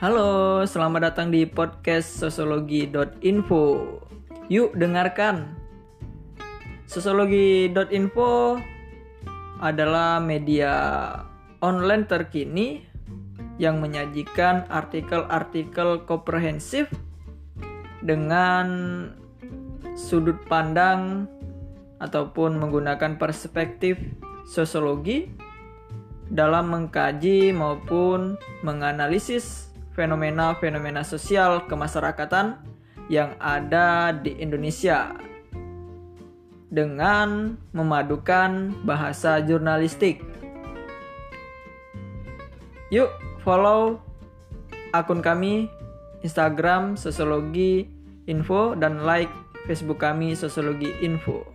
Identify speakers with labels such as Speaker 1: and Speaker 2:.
Speaker 1: Halo, selamat datang di podcast sosiologi.info. Yuk dengarkan. Sosiologi.info adalah media online terkini yang menyajikan artikel-artikel komprehensif dengan sudut pandang ataupun menggunakan perspektif sosiologi dalam mengkaji maupun menganalisis fenomena-fenomena sosial kemasyarakatan yang ada di Indonesia dengan memadukan bahasa jurnalistik. Yuk follow akun kami Instagram Sosiologi Info dan like Facebook kami Sosiologi Info.